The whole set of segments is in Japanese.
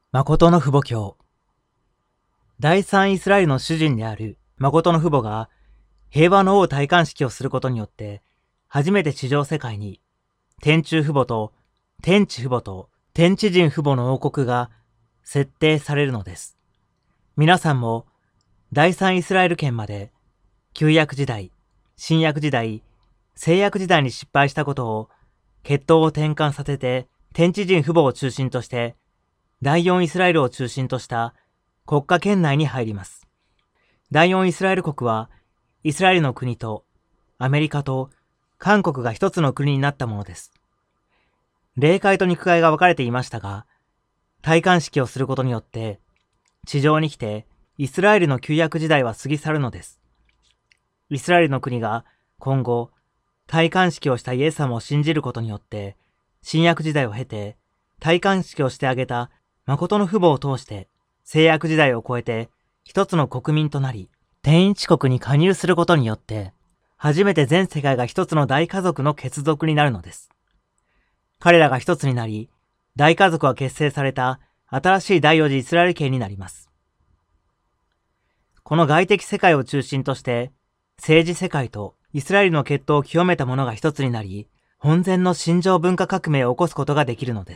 誠の父母教。第三イスラエルの主人である誠の父母が平和の王戴冠式をすることによって、初めて地上世界に天中父母と天地父母と天地人父母の王国が設定されるのです。皆さんも第三イスラエル圏まで旧約時代、新約時代、聖約時代に失敗したことを血統を転換させて天地人父母を中心として第四イスラエルを中心とした国家圏内に入ります。第四イスラエル国はイスラエルの国とアメリカと韓国が一つの国になったものです。霊界と肉界が分かれていましたが、戴冠式をすることによって地上に来てイスラエルの旧約時代は過ぎ去るのです。イスラエルの国が今後戴冠式をしたイエス様を信じることによって新約時代を経て戴冠式をしてあげた誠の父母を通して聖約時代を超えて一つの国民となり天一国に加入することによって初めて全世界が一つの大家族の血族になるのです。彼らが一つになり大家族は結成された新しい第四次イスラエル圏になります。この外的世界を中心として政治世界とイスラエルの血統を清めた者が一つになり本然の心情文化革命を起こすことができるのです。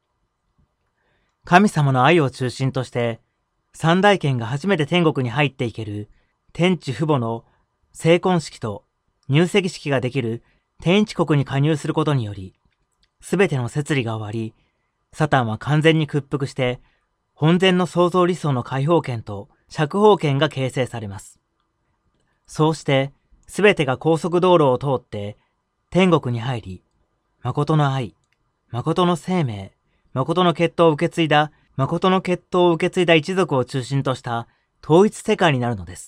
神様の愛を中心として三大権が初めて天国に入っていける天地父母の成婚式と入籍式ができる天一国に加入することにより、すべての摂理が終わり、サタンは完全に屈服して本然の創造理想の解放権と釈放権が形成されます。そうしてすべてが高速道路を通って天国に入り、誠の愛、誠の生命、誠の血統を受け継いだ一族を中心とした統一世界になるのです。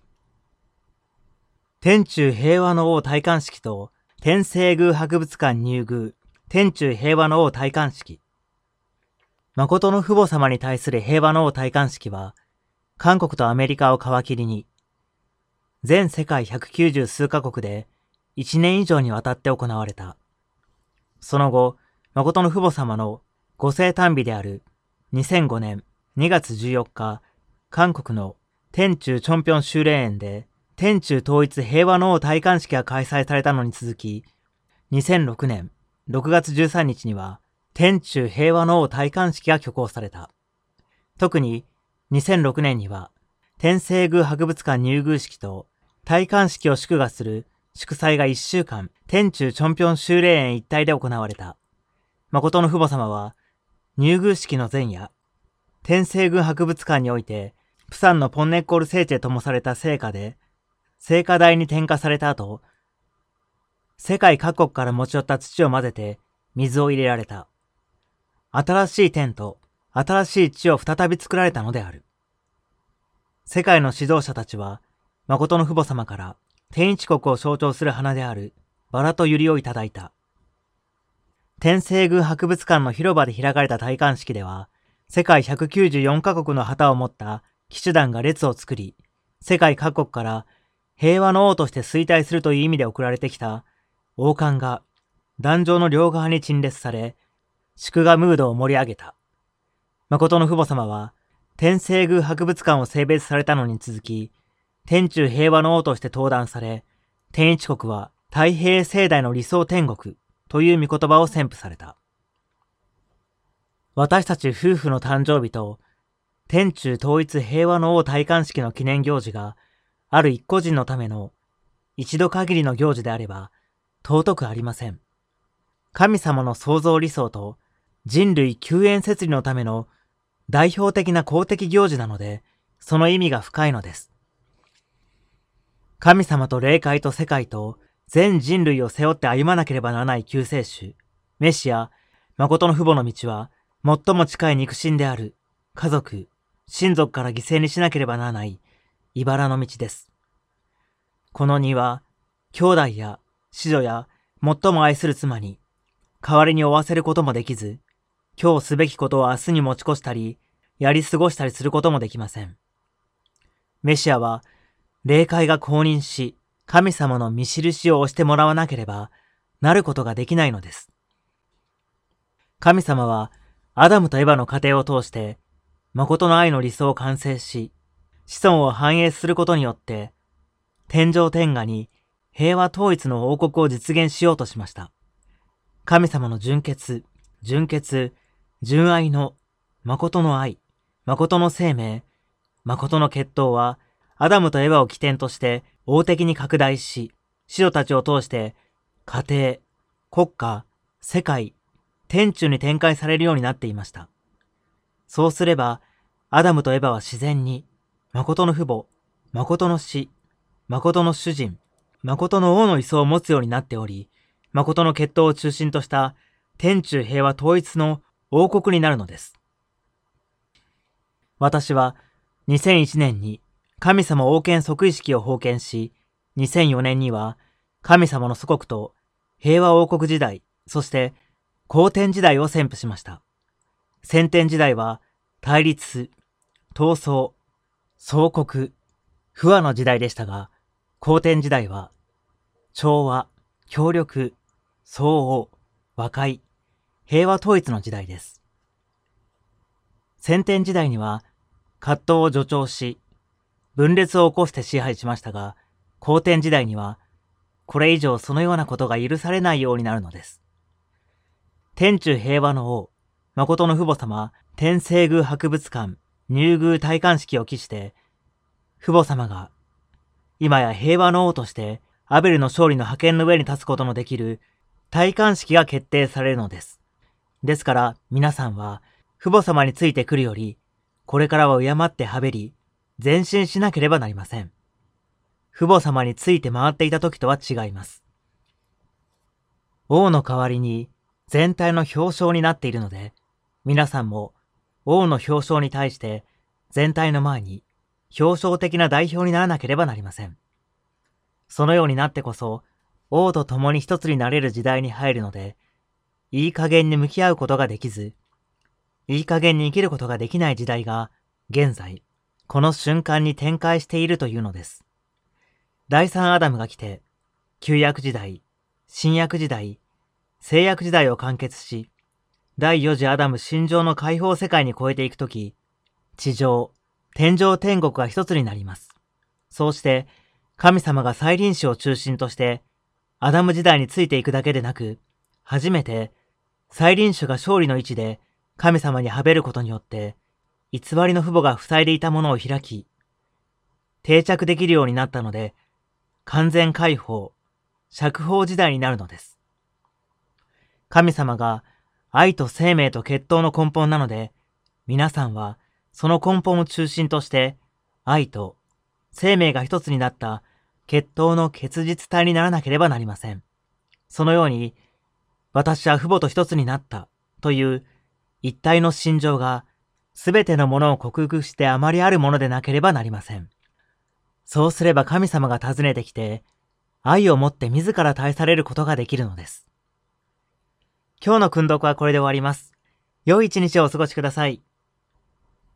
天中平和の王戴冠式と天正宮博物館入宮、天中平和の王戴冠式。誠の父母様に対する平和の王戴冠式は、韓国とアメリカを皮切りに、全世界190数カ国で1年以上にわたって行われた。その後、誠の父母様のご生誕日である2005年2月14日、韓国の天中チョンピョン修霊園で天中統一平和の王戴冠式が開催されたのに続き、2006年6月13日には天中平和の王戴冠式が挙行された。特に2006年には天正宮博物館入宮式と戴冠式を祝賀する祝祭が1週間天中チョンピョン修霊園一帯で行われた。誠の父母様は入宮式の前夜、天正宮博物館において、プサンのポンネッコール聖地で灯された聖火で、聖火台に点火された後、世界各国から持ち寄った土を混ぜて水を入れられた。新しい天と新しい地を再び作られたのである。世界の指導者たちは、誠の父母様から天一国を象徴する花であるバラと百合をいただいた。天正宮博物館の広場で開かれた戴冠式では、世界194カ国の旗を持った騎手団が列を作り、世界各国から平和の王として衰退するという意味で送られてきた王冠が壇上の両側に陳列され、祝賀ムードを盛り上げた。誠の父母様は、天正宮博物館を性別されたのに続き、天中平和の王として登壇され、天一国は太平盛大の理想天国、という御言葉を宣布された。私たち夫婦の誕生日と天中統一平和の王戴冠式の記念行事がある一個人のための一度限りの行事であれば尊くありません。神様の創造理想と人類救援摂理のための代表的な公的行事なので、その意味が深いのです。神様と霊界と世界と全人類を背負って歩まなければならない救世主、メシア、誠の父母の道は、最も近い肉親である、家族、親族から犠牲にしなければならない、茨の道です。この荷は、兄弟や子女や最も愛する妻に、代わりに負わせることもできず、今日すべきことを明日に持ち越したり、やり過ごしたりすることもできません。メシアは、霊界が公認し、神様の見印を押してもらわなければなることができないのです。神様はアダムとエヴァの過程を通して、誠の愛の理想を完成し、子孫を繁栄することによって、天上天下に平和統一の王国を実現しようとしました。神様の純潔、純愛の誠の愛、誠の生命、誠の血統は、アダムとエヴァを起点として王的に拡大し、使徒たちを通して家庭、国家、世界、天中に展開されるようになっていました。そうすれば、アダムとエヴァは自然に、誠の父母、誠の子、誠の主人、誠の王の理想を持つようになっており、誠の血統を中心とした天中平和統一の王国になるのです。私は2001年に神様王権即位式を奉献し、2004年には神様の祖国と平和王国時代、そして公天時代を宣布しました。先天時代は対立、闘争、相国、不和の時代でしたが、公天時代は調和、協力、相応、和解、平和統一の時代です。先天時代には葛藤を助長し、分裂を起こして支配しましたが、公天時代にはこれ以上そのようなことが許されないようになるのです。天中平和の王、誠の父母様、天正宮博物館入宮戴冠式を期して、父母様が今や平和の王としてアベルの勝利の覇権の上に立つことのできる戴冠式が決定されるのです。ですから皆さんは父母様についてくるより、これからは敬ってはべり、前進しなければなりません。父母様について回っていた時とは違います。王の代わりに全体の表彰になっているので、皆さんも王の表彰に対して全体の前に表彰的な代表にならなければなりません。そのようになってこそ、王と共に一つになれる時代に入るので、いい加減に向き合うことができず、いい加減に生きることができない時代が、現在、この瞬間に展開しているというのです。第三アダムが来て、旧約時代、新約時代、聖約時代を完結し、第四次アダム心情の解放世界に超えていくとき、地上、天上天国が一つになります。そうして、神様が再臨死を中心として、アダム時代についていくだけでなく、初めて、再臨死が勝利の位置で神様にはべることによって、偽りの父母が塞いでいたものを開き、定着できるようになったので、完全解放、釈放時代になるのです。神様が愛と生命と血統の根本なので、皆さんはその根本を中心として、愛と生命が一つになった血統の結実体にならなければなりません。そのように、私は父母と一つになったという一体の心情がすべてのものを克服してあまりあるものでなければなりません。そうすれば神様が訪ねてきて、愛をもって自ら対されることができるのです。今日の訓読はこれで終わります。良い一日をお過ごしください。